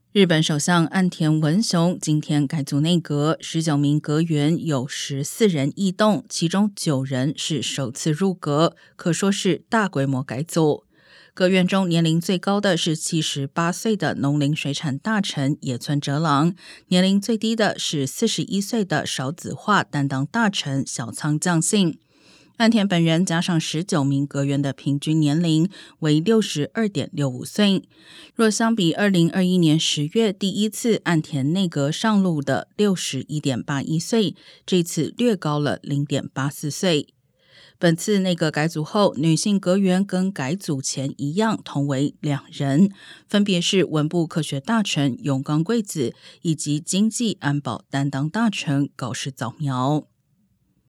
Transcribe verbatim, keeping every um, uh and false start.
日本首相岸田文雄今天改组内阁，十九名阁员有十四人异动，其中九人是首次入阁，可说是大规模改组。阁员中年龄最高的是七十八岁的农林水产大臣野村哲郎，年龄最低的是四十一岁的少子化担当大臣小仓将信。岸田本人加上十九名阁员的平均年龄为 六十二点六五 岁，若相比二零二一年十月第一次岸田内阁上路的 六十一点八一 岁，这次略高了 零点八四 岁。本次内阁改组后，女性阁员跟改组前一样同为两人，分别是文部科学大臣永冈贵子以及经济安保担当大臣高市早苗。